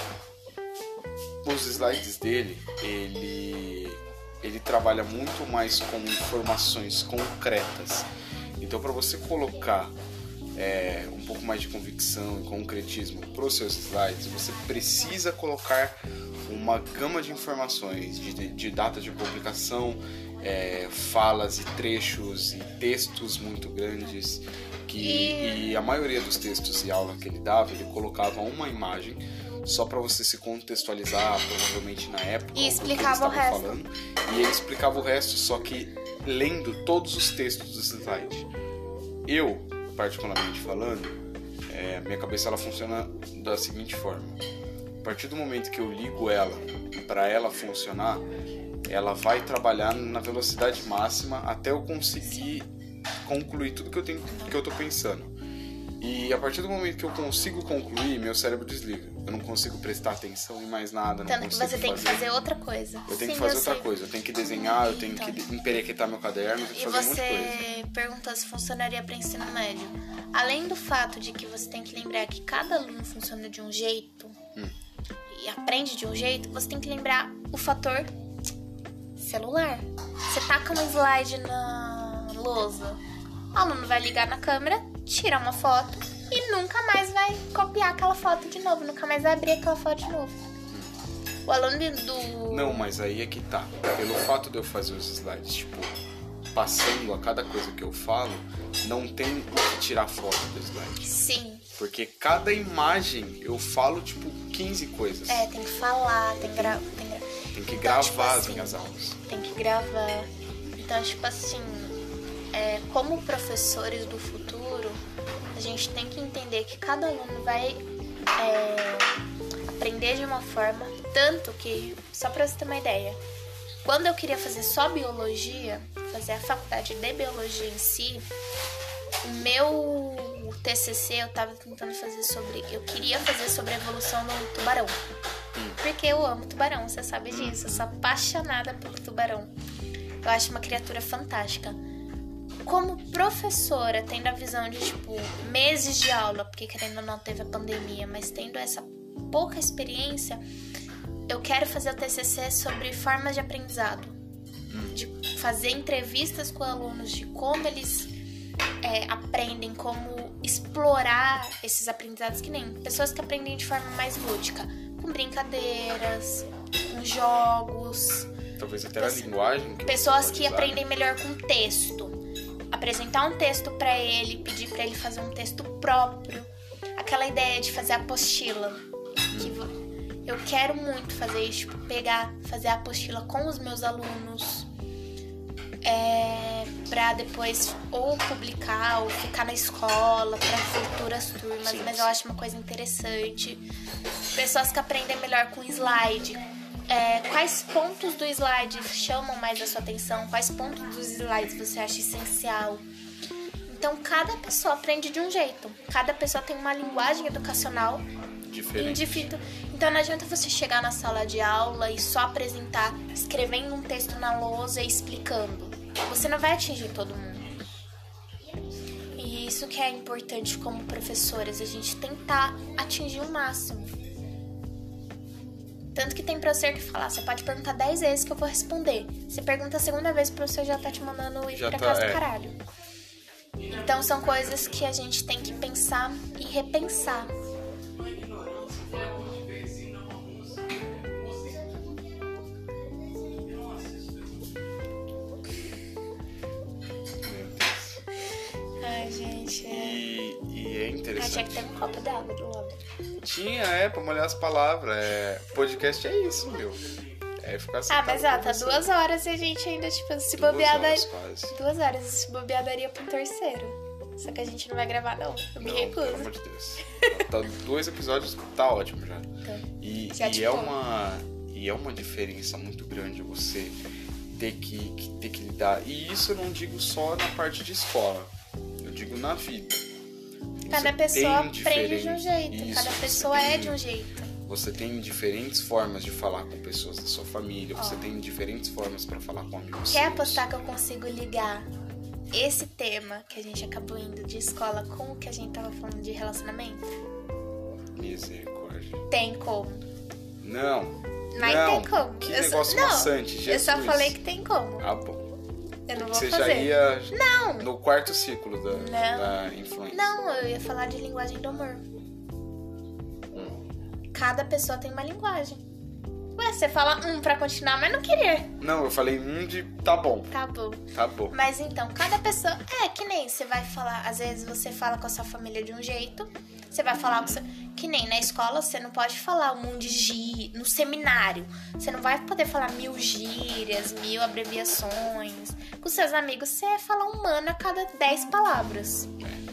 Os slides dele, ele trabalha muito mais com informações concretas. Então, para você colocar um pouco mais de convicção e concretismo para os seus slides, você precisa colocar uma gama de informações, de data de publicação, falas e trechos e textos muito grandes. E a maioria dos textos e aula que ele dava, ele colocava uma imagem só para você se contextualizar, provavelmente na época. E explicava o resto. Falando, e ele explicava o resto, só que lendo todos os textos do slide. Eu, particularmente falando, minha cabeça ela funciona da seguinte forma. A partir do momento que eu ligo ela para ela funcionar, ela vai trabalhar na velocidade máxima até eu conseguir concluir tudo que eu tô pensando. E a partir do momento que eu consigo concluir, meu cérebro desliga. Eu não consigo prestar atenção em mais nada. Tanto que você tem que fazer outra coisa. Eu tenho que Sim, fazer eu outra sei. coisa. Eu tenho que desenhar, eu tenho Então. que emperequetar meu caderno, eu tenho que E fazer um monte de coisa. você perguntou se funcionaria para ensino médio. Além do fato de que você tem que lembrar que cada aluno funciona de um jeito e aprende de um jeito, você tem que lembrar o fator celular. Você taca um slide na lousa, o aluno vai ligar na câmera, tirar uma foto e nunca mais vai copiar aquela foto de novo, nunca mais vai abrir aquela foto de novo. O aluno do... Não, mas aí é que tá. Pelo fato de eu fazer os slides, tipo, passando a cada coisa que eu falo, não tem o que tirar foto do slide. Sim. Porque cada imagem eu falo, tipo, 15 coisas. Tem que falar, tem que gravar. Tem que Então, gravar tipo as assim, minhas aulas. Tem que gravar. Então, tipo assim, como professores do futuro, a gente tem que entender que cada aluno vai aprender de uma forma, tanto que, só pra você ter uma ideia, quando eu queria fazer só biologia, fazer a faculdade de biologia em si, o meu TCC eu tava tentando fazer eu queria fazer sobre a evolução do tubarão. Porque eu amo tubarão, você sabe disso, eu sou apaixonada pelo tubarão. Eu acho uma criatura fantástica. Como professora, tendo a visão de, tipo, meses de aula, porque querendo ou não teve a pandemia, mas tendo essa pouca experiência, eu quero fazer o TCC sobre formas de aprendizado. De fazer entrevistas com alunos, de como eles aprendem, como explorar esses aprendizados, que nem pessoas que aprendem de forma mais lúdica, com brincadeiras, com jogos. Talvez até a linguagem. Pessoas que aprendem melhor com texto. Apresentar um texto pra ele, pedir pra ele fazer um texto próprio. Aquela ideia de fazer apostila. Eu quero muito fazer isso, tipo, fazer a apostila com os meus alunos. Pra depois ou publicar ou ficar na escola pra futuras turmas. Sim. Mas eu acho uma coisa interessante. Pessoas que aprendem melhor com slide. Quais pontos do slide chamam mais a sua atenção? Quais pontos dos slides você acha essencial? Então, cada pessoa aprende de um jeito. Cada pessoa tem uma linguagem educacional diferente. Então, não adianta você chegar na sala de aula e só apresentar, escrevendo um texto na lousa e explicando. Você não vai atingir todo mundo. E isso que é importante como professores, a gente tentar atingir o máximo. Tanto que tem professor que fala, você pode perguntar 10 vezes que eu vou responder. Você pergunta a segunda vez, o professor já tá te mandando ir pra casa do caralho. Então são coisas que a gente tem que pensar e repensar. Ai, gente. E é interessante. Tinha que ter um copo d'água do lado. Tinha, pra molhar as palavras. Podcast é isso, meu. Ficar sentado. Mas tá 2 horas e a gente ainda, tipo, se bobear daria. 2 horas, se bobear daria pra um terceiro. Só que a gente não vai gravar, não. Eu me recuso. Pelo amor de Deus. Tá 2 episódios, tá ótimo já. Então, e é uma diferença muito grande você ter que lidar. E isso eu não digo só na parte de escola. Eu digo na vida. Cada pessoa aprende de um jeito. Cada pessoa é de um jeito. Você tem diferentes formas de falar com pessoas da sua família. Você tem diferentes formas pra falar com amigos. Quer apostar que eu consigo ligar esse tema que a gente acabou indo de escola com o que a gente tava falando de relacionamento? Misericórdia. Tem como. Não. Mas não. tem como. Que negócio maçante, Jesus. Eu só falei que tem como. Ah, bom. Eu não vou Você fazer. já ia Não. no 4º ciclo da influência. Não, eu ia falar de linguagem do amor. Cada pessoa tem uma linguagem. Ué, você fala pra continuar, mas não queria. Não, eu falei de tá bom. Tá bom. Tá bom. Mas então, cada pessoa... que nem você vai falar... Às vezes você fala com a sua família de um jeito. Você vai falar com que nem na escola você não pode falar um monte de gíria. No seminário, você não vai poder falar 1000 gírias, 1000 abreviações. Com seus amigos, você fala um mano a cada 10 palavras.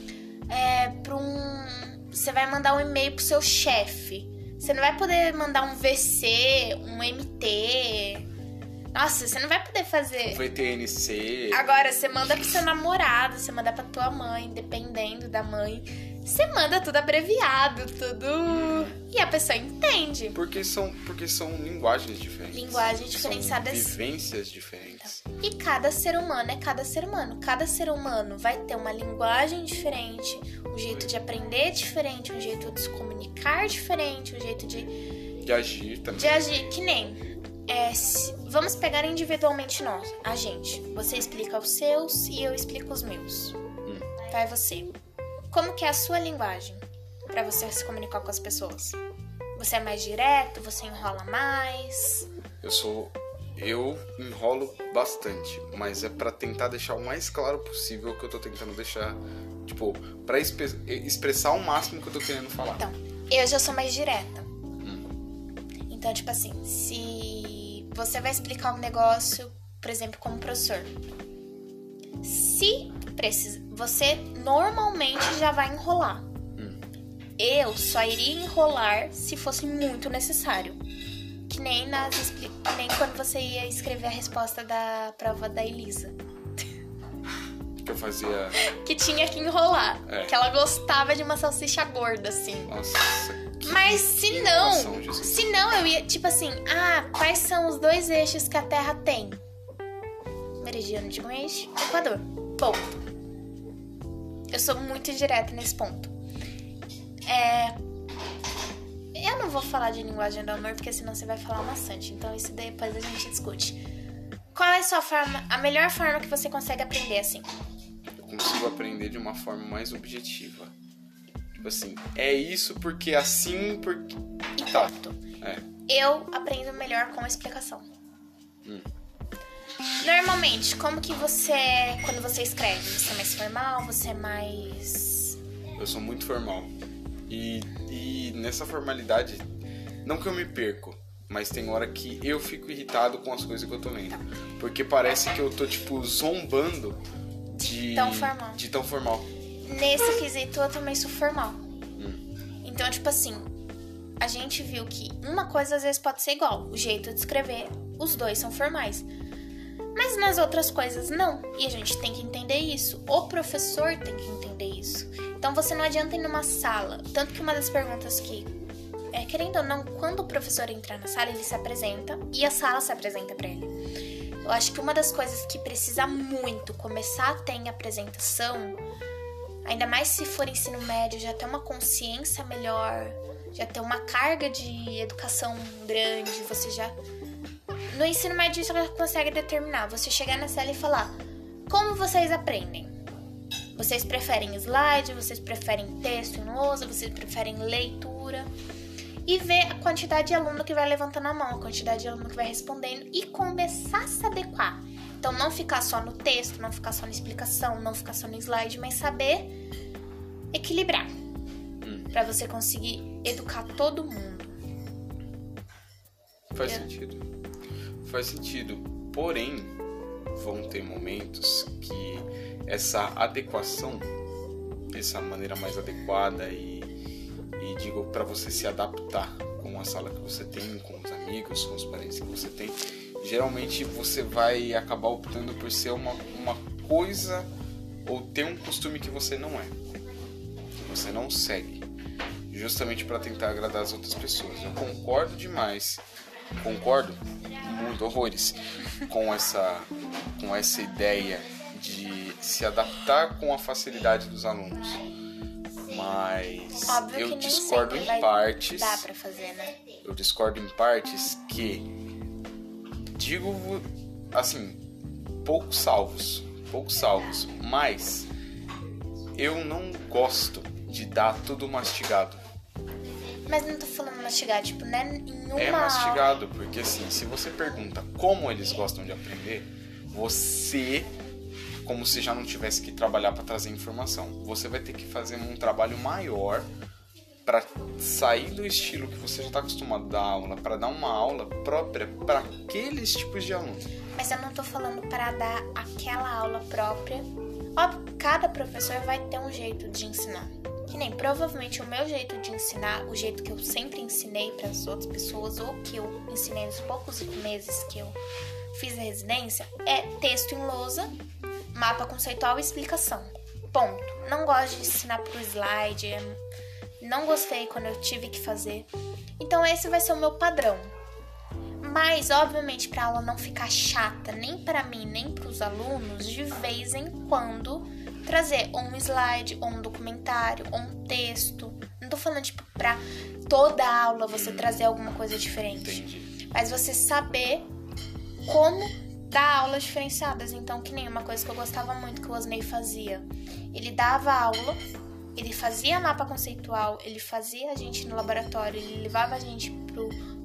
Você vai mandar um e-mail pro seu chefe. Você não vai poder mandar um VC, um MT. Nossa, você não vai poder fazer... VTNC. Agora, você manda pro seu namorado, você manda pra tua mãe, dependendo da mãe. Você manda tudo abreviado, tudo... E a pessoa entende. Porque são linguagens diferentes. Linguagens diferenciadas. São vivências diferentes. E cada ser humano é cada ser humano. Cada ser humano vai ter uma linguagem diferente, um jeito de aprender diferente, um jeito de se comunicar diferente, um jeito de agir também. De agir, que nem... vamos pegar individualmente nós, a gente. Você explica os seus e eu explico os meus. Vai você. Como que é a sua linguagem pra você se comunicar com as pessoas? Você é mais direto? Você enrola mais? eu enrolo bastante, mas é pra tentar deixar o mais claro possível que eu tô tentando deixar, tipo, pra expressar o máximo que eu tô querendo falar. Então, eu já sou mais direta. Então, tipo assim, se você vai explicar um negócio, por exemplo, como professor, se precisa, você normalmente já vai enrolar. Eu só iria enrolar se fosse muito necessário. Que nem quando você ia escrever a resposta da prova da Elisa. Que eu fazia... Que tinha que enrolar. Que ela gostava de uma salsicha gorda, assim. Nossa, mas se não, eu ia, tipo assim, quais são os 2 eixos que a Terra tem? Meridiano de Greenwich, Equador. Ponto. Eu sou muito direta nesse ponto. Eu não vou falar de linguagem do amor, porque senão você vai falar bastante. Então isso depois a gente discute. Qual é a melhor forma que você consegue aprender assim? Eu consigo aprender de uma forma mais objetiva. Tipo assim, é isso porque assim, porque... E ponto. Eu aprendo melhor com a explicação. Normalmente, como que você... Quando você escreve, você é mais formal? Você é mais... Eu sou muito formal. E nessa formalidade, não que eu me perco, mas tem hora que eu fico irritado com as coisas que eu tô lendo. Porque parece que eu tô, tipo, zombando de tão formal. Nesse quesito, eu também sou formal. Então, tipo assim, a gente viu que uma coisa às vezes pode ser igual. O jeito de escrever, os 2 são formais. Mas nas outras coisas, não. E a gente tem que entender isso. O professor tem que entender isso. Então, você não adianta ir numa sala. Tanto que uma das perguntas que... querendo ou não, quando o professor entrar na sala, ele se apresenta. E a sala se apresenta pra ele. Eu acho que uma das coisas que precisa muito começar a ter em apresentação... Ainda mais se for ensino médio, já ter uma consciência melhor... Já ter uma carga de educação grande. Você já... No ensino médio, você consegue determinar. Você chegar na sala e falar... Como vocês aprendem? Vocês preferem slide? Vocês preferem texto em lousa? Vocês preferem leitura? E ver a quantidade de aluno que vai levantando a mão, a quantidade de aluno que vai respondendo e começar a se adequar. Então, não ficar só no texto, não ficar só na explicação, não ficar só no slide, mas saber equilibrar. Pra você conseguir educar todo mundo. Faz sentido. Porém, vão ter momentos que essa adequação, essa maneira mais adequada e digo para você se adaptar com a sala que você tem, com os amigos, com os parentes que você tem, geralmente você vai acabar optando por ser uma coisa ou ter um costume que você não é, que você não segue, justamente para tentar agradar as outras pessoas. Eu concordo demais, muito horrores com essa ideia de se adaptar com a facilidade dos alunos, mas óbvio eu que nem discordo sempre em partes. Dá pra fazer, né? Eu discordo em partes que digo assim, poucos salvos, mas eu não gosto de dar tudo mastigado. Mas não tô falando mastigado, tipo, né? Em uma... É mastigado, porque assim, se você pergunta como eles gostam de aprender, você, como se já não tivesse que trabalhar para trazer informação, você vai ter que fazer um trabalho maior para sair do estilo que você já está acostumado a dar aula, para dar uma aula própria para aqueles tipos de alunos. Mas eu não tô falando para dar aquela aula própria. Óbvio, cada professor vai ter um jeito de ensinar. Que nem provavelmente o meu jeito de ensinar, o jeito que eu sempre ensinei para as outras pessoas, ou que eu ensinei nos poucos meses que eu fiz a residência, é texto em lousa, mapa conceitual e explicação. Ponto. Não gosto de ensinar por slide, não gostei quando eu tive que fazer. Então esse vai ser o meu padrão. Mas, obviamente, para a aula não ficar chata, nem para mim, nem para os alunos, de vez em quando trazer ou um slide, ou um documentário, ou um texto. Não tô falando, tipo, pra toda aula você trazer alguma coisa diferente. Entendi. Mas você saber como dar aulas diferenciadas. Então, que nem uma coisa que eu gostava muito que o Osney fazia. Ele dava aula, ele fazia mapa conceitual, ele fazia a gente no laboratório, ele levava a gente pro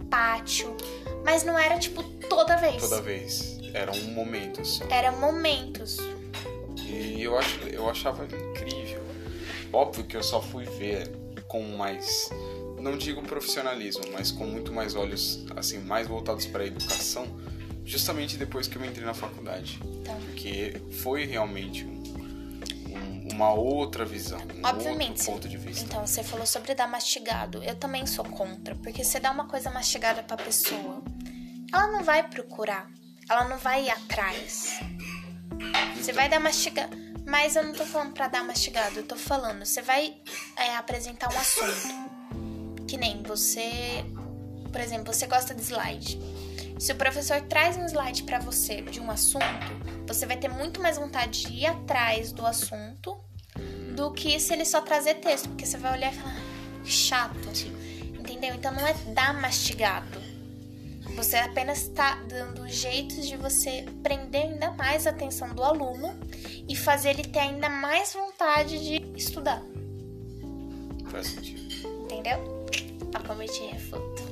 pátio. Mas não era, tipo, toda vez. Toda vez. Eram momentos só. Eram momentos. E eu achava incrível. Óbvio que eu só fui ver com mais, não digo profissionalismo, mas com muito mais olhos, assim, mais voltados para a educação, justamente depois que eu entrei na faculdade. Então, Porque foi realmente uma outra visão, obviamente, outro ponto de vista. Então, você falou sobre dar mastigado. Eu também sou contra, porque você dá uma coisa mastigada pra pessoa, ela não vai procurar, ela não vai ir atrás. Você vai dar mastigado, mas eu não tô falando pra dar mastigado, eu tô falando, você vai apresentar um assunto. Que nem você, por exemplo, você gosta de slide. Se o professor traz um slide pra você de um assunto, você vai ter muito mais vontade de ir atrás do assunto do que se ele só trazer texto, porque você vai olhar e falar, que chato, entendeu? Então não é dar mastigado. Você apenas tá dando jeitos de você prender ainda mais a atenção do aluno e fazer ele ter ainda mais vontade de estudar. Faz sentido. Entendeu? Eu cometi refuto.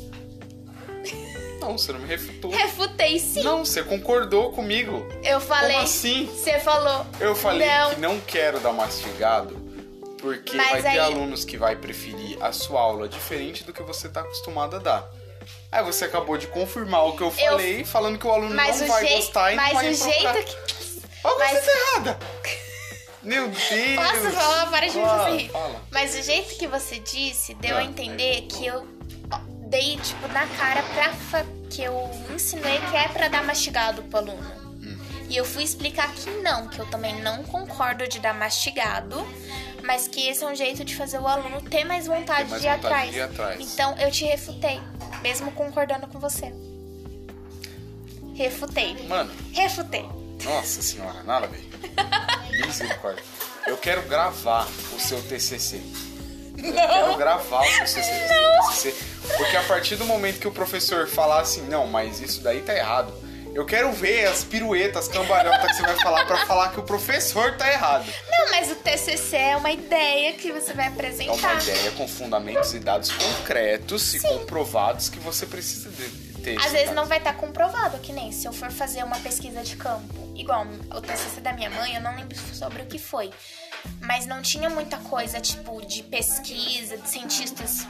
Não, você não me refutou. Refutei sim. Não, você concordou comigo. Eu falei. Como assim? Você falou. Eu falei não. que não quero dar mastigado, porque Mas vai ter aí- alunos que vai preferir a sua aula diferente do que você tá acostumado a dar. Aí você acabou de confirmar o que eu falei, falando que o aluno Mas não o vai jeito, gostar e não mas vai o procurar. jeito que. Ó, mas- você tá errada. Meu Deus. Posso falar? Para de me Fala, fazer rir. fala. Mas o jeito que você disse deu a Ah. entender que eu dei, tipo, na cara que eu ensinei que é pra dar mastigado pro aluno. E eu fui explicar que não, que eu também não concordo de dar mastigado, mas que esse é um jeito de fazer o aluno ter mais vontade, Ter mais de, ir vontade atrás. de ir atrás. Então eu te refutei, mesmo concordando com você. Refutei. Mano, Refutei. nossa senhora, nada a ver. Misericórdia. Eu quero gravar o seu TCC. Eu quero gravar o seu TCC. Porque a partir do momento que o professor falar assim, não, mas isso daí tá errado, eu quero ver as piruetas, cambalhotas que você vai falar pra falar que o professor tá errado. Não, mas o TCC é uma ideia que você vai É apresentar. uma ideia com fundamentos e dados concretos e comprovados que você precisa ter. Às vezes não vai estar comprovado, que nem se eu for fazer uma pesquisa de campo. Igual o TCC da minha mãe, eu não lembro sobre o que foi. Mas não tinha muita coisa, tipo, de pesquisa, de cientistas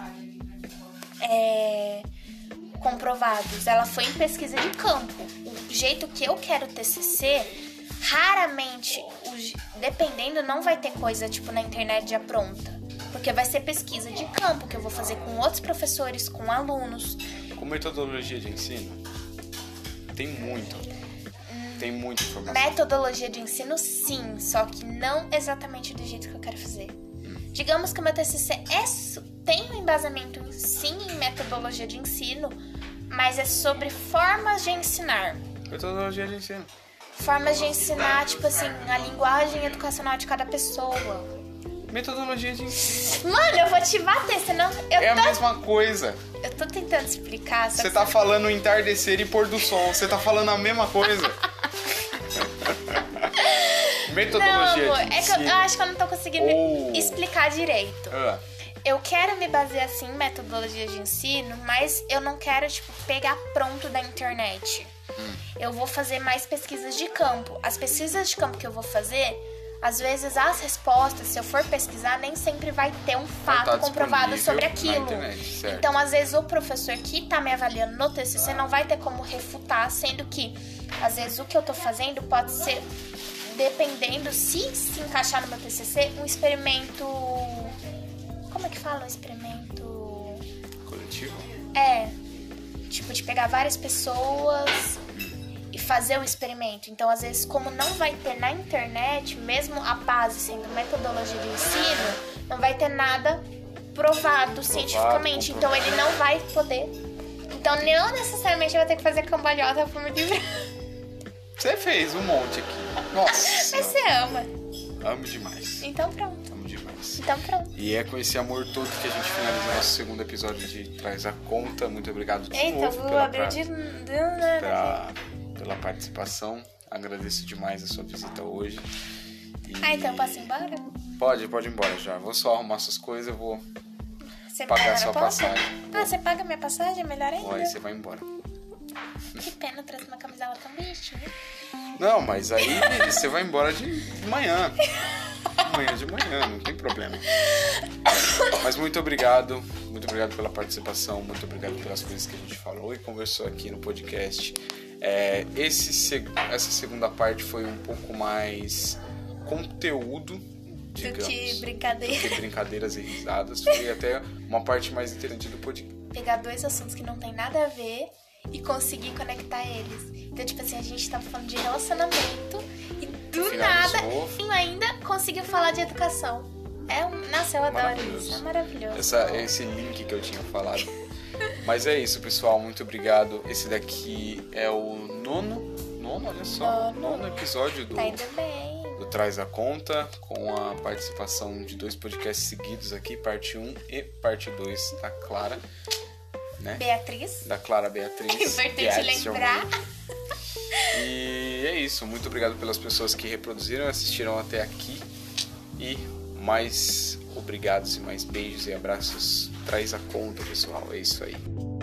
comprovados. Ela foi em pesquisa de campo. O jeito que eu quero TCC, raramente, dependendo, não vai ter coisa, tipo, na internet já pronta. Porque vai ser pesquisa de campo, que eu vou fazer com outros professores, com alunos. Com metodologia de ensino, tem muito. Tem muita informação. Metodologia de ensino, sim, só que não exatamente do jeito que eu quero fazer. Digamos que o meu TCC tem um embasamento sim em metodologia de ensino, mas é sobre formas de ensinar. Metodologia de ensino. Formas de ensinar, tipo assim, a linguagem educacional de cada pessoa. Metodologia de ensino. Mano, eu vou te bater, senão É a mesma coisa. eu tô tentando explicar. Só Você que tá falando entardecer e pôr do sol. Você tá falando a mesma coisa. Metodologia Não, amor, de é que eu ensino. acho que eu não tô conseguindo Ou- explicar direito. Ah, Eu quero me basear, assim, em metodologia de ensino, mas eu não quero, tipo, pegar pronto da internet. Eu vou fazer mais pesquisas de campo. As pesquisas de campo que eu vou fazer, às vezes as respostas, se eu for pesquisar, nem sempre vai ter um fato tá comprovado disponível sobre na aquilo. internet, certo. Então, às vezes, o professor que tá me avaliando no TCC não vai ter como refutar, sendo que, às vezes, o que eu tô fazendo pode ser, dependendo, se encaixar no meu TCC, um experimento... Como é que fala um experimento? coletivo. Tipo, de pegar várias pessoas e fazer o experimento. Então, às vezes, como não vai ter na internet, mesmo a base sendo metodologia de ensino, não vai ter nada provado cientificamente. Então, ele não vai poder. Então, não necessariamente vai ter que fazer cambalhota pra me livrar. Você fez um monte aqui. Nossa. Mas você ama. Amo demais. Então, pronto. Amo demais. Então, pronto. E é com esse amor todo que a gente finaliza nosso segundo episódio de Traz a Conta. Muito obrigado de Eita, novo vou abrir de... pela participação. Agradeço demais a sua visita hoje. E Ah, então eu posso ir embora? Pode ir embora já. Vou só arrumar suas coisas, eu vou Você pagar paga sua na ponta? passagem. Ah, você paga minha passagem? É melhor ainda. Aí você vai embora. Que pena, eu trouxe uma camisela tão bonitinha. Não, mas aí você vai embora de manhã. De manhã, não tem problema. Mas muito obrigado pela participação, muito obrigado pelas coisas que a gente falou e conversou aqui no podcast. Essa segunda parte foi um pouco mais conteúdo, digamos, Do que brincadeira. do que brincadeiras e risadas. Foi até uma parte mais inteligente do podcast. Pegar dois assuntos que não tem nada a ver e conseguir conectar eles. Então, tipo assim, a gente tava falando de relacionamento e do nada e ainda conseguiu falar de educação. Nossa, eu adoro isso. É maravilhoso. Esse link que eu tinha falado. Mas é isso, pessoal. Muito obrigado. Esse daqui é o nono, olha só. Nono episódio do... Tá indo bem. Do Traz a Conta, com a participação de 2 podcasts seguidos aqui, parte 1 e parte 2 da Clara, né? Beatriz. Da Clara Beatriz. Importante lembrar. E é isso, muito obrigado pelas pessoas que reproduziram e assistiram até aqui. E mais obrigados e mais beijos e abraços. Traz a conta, pessoal, é isso aí.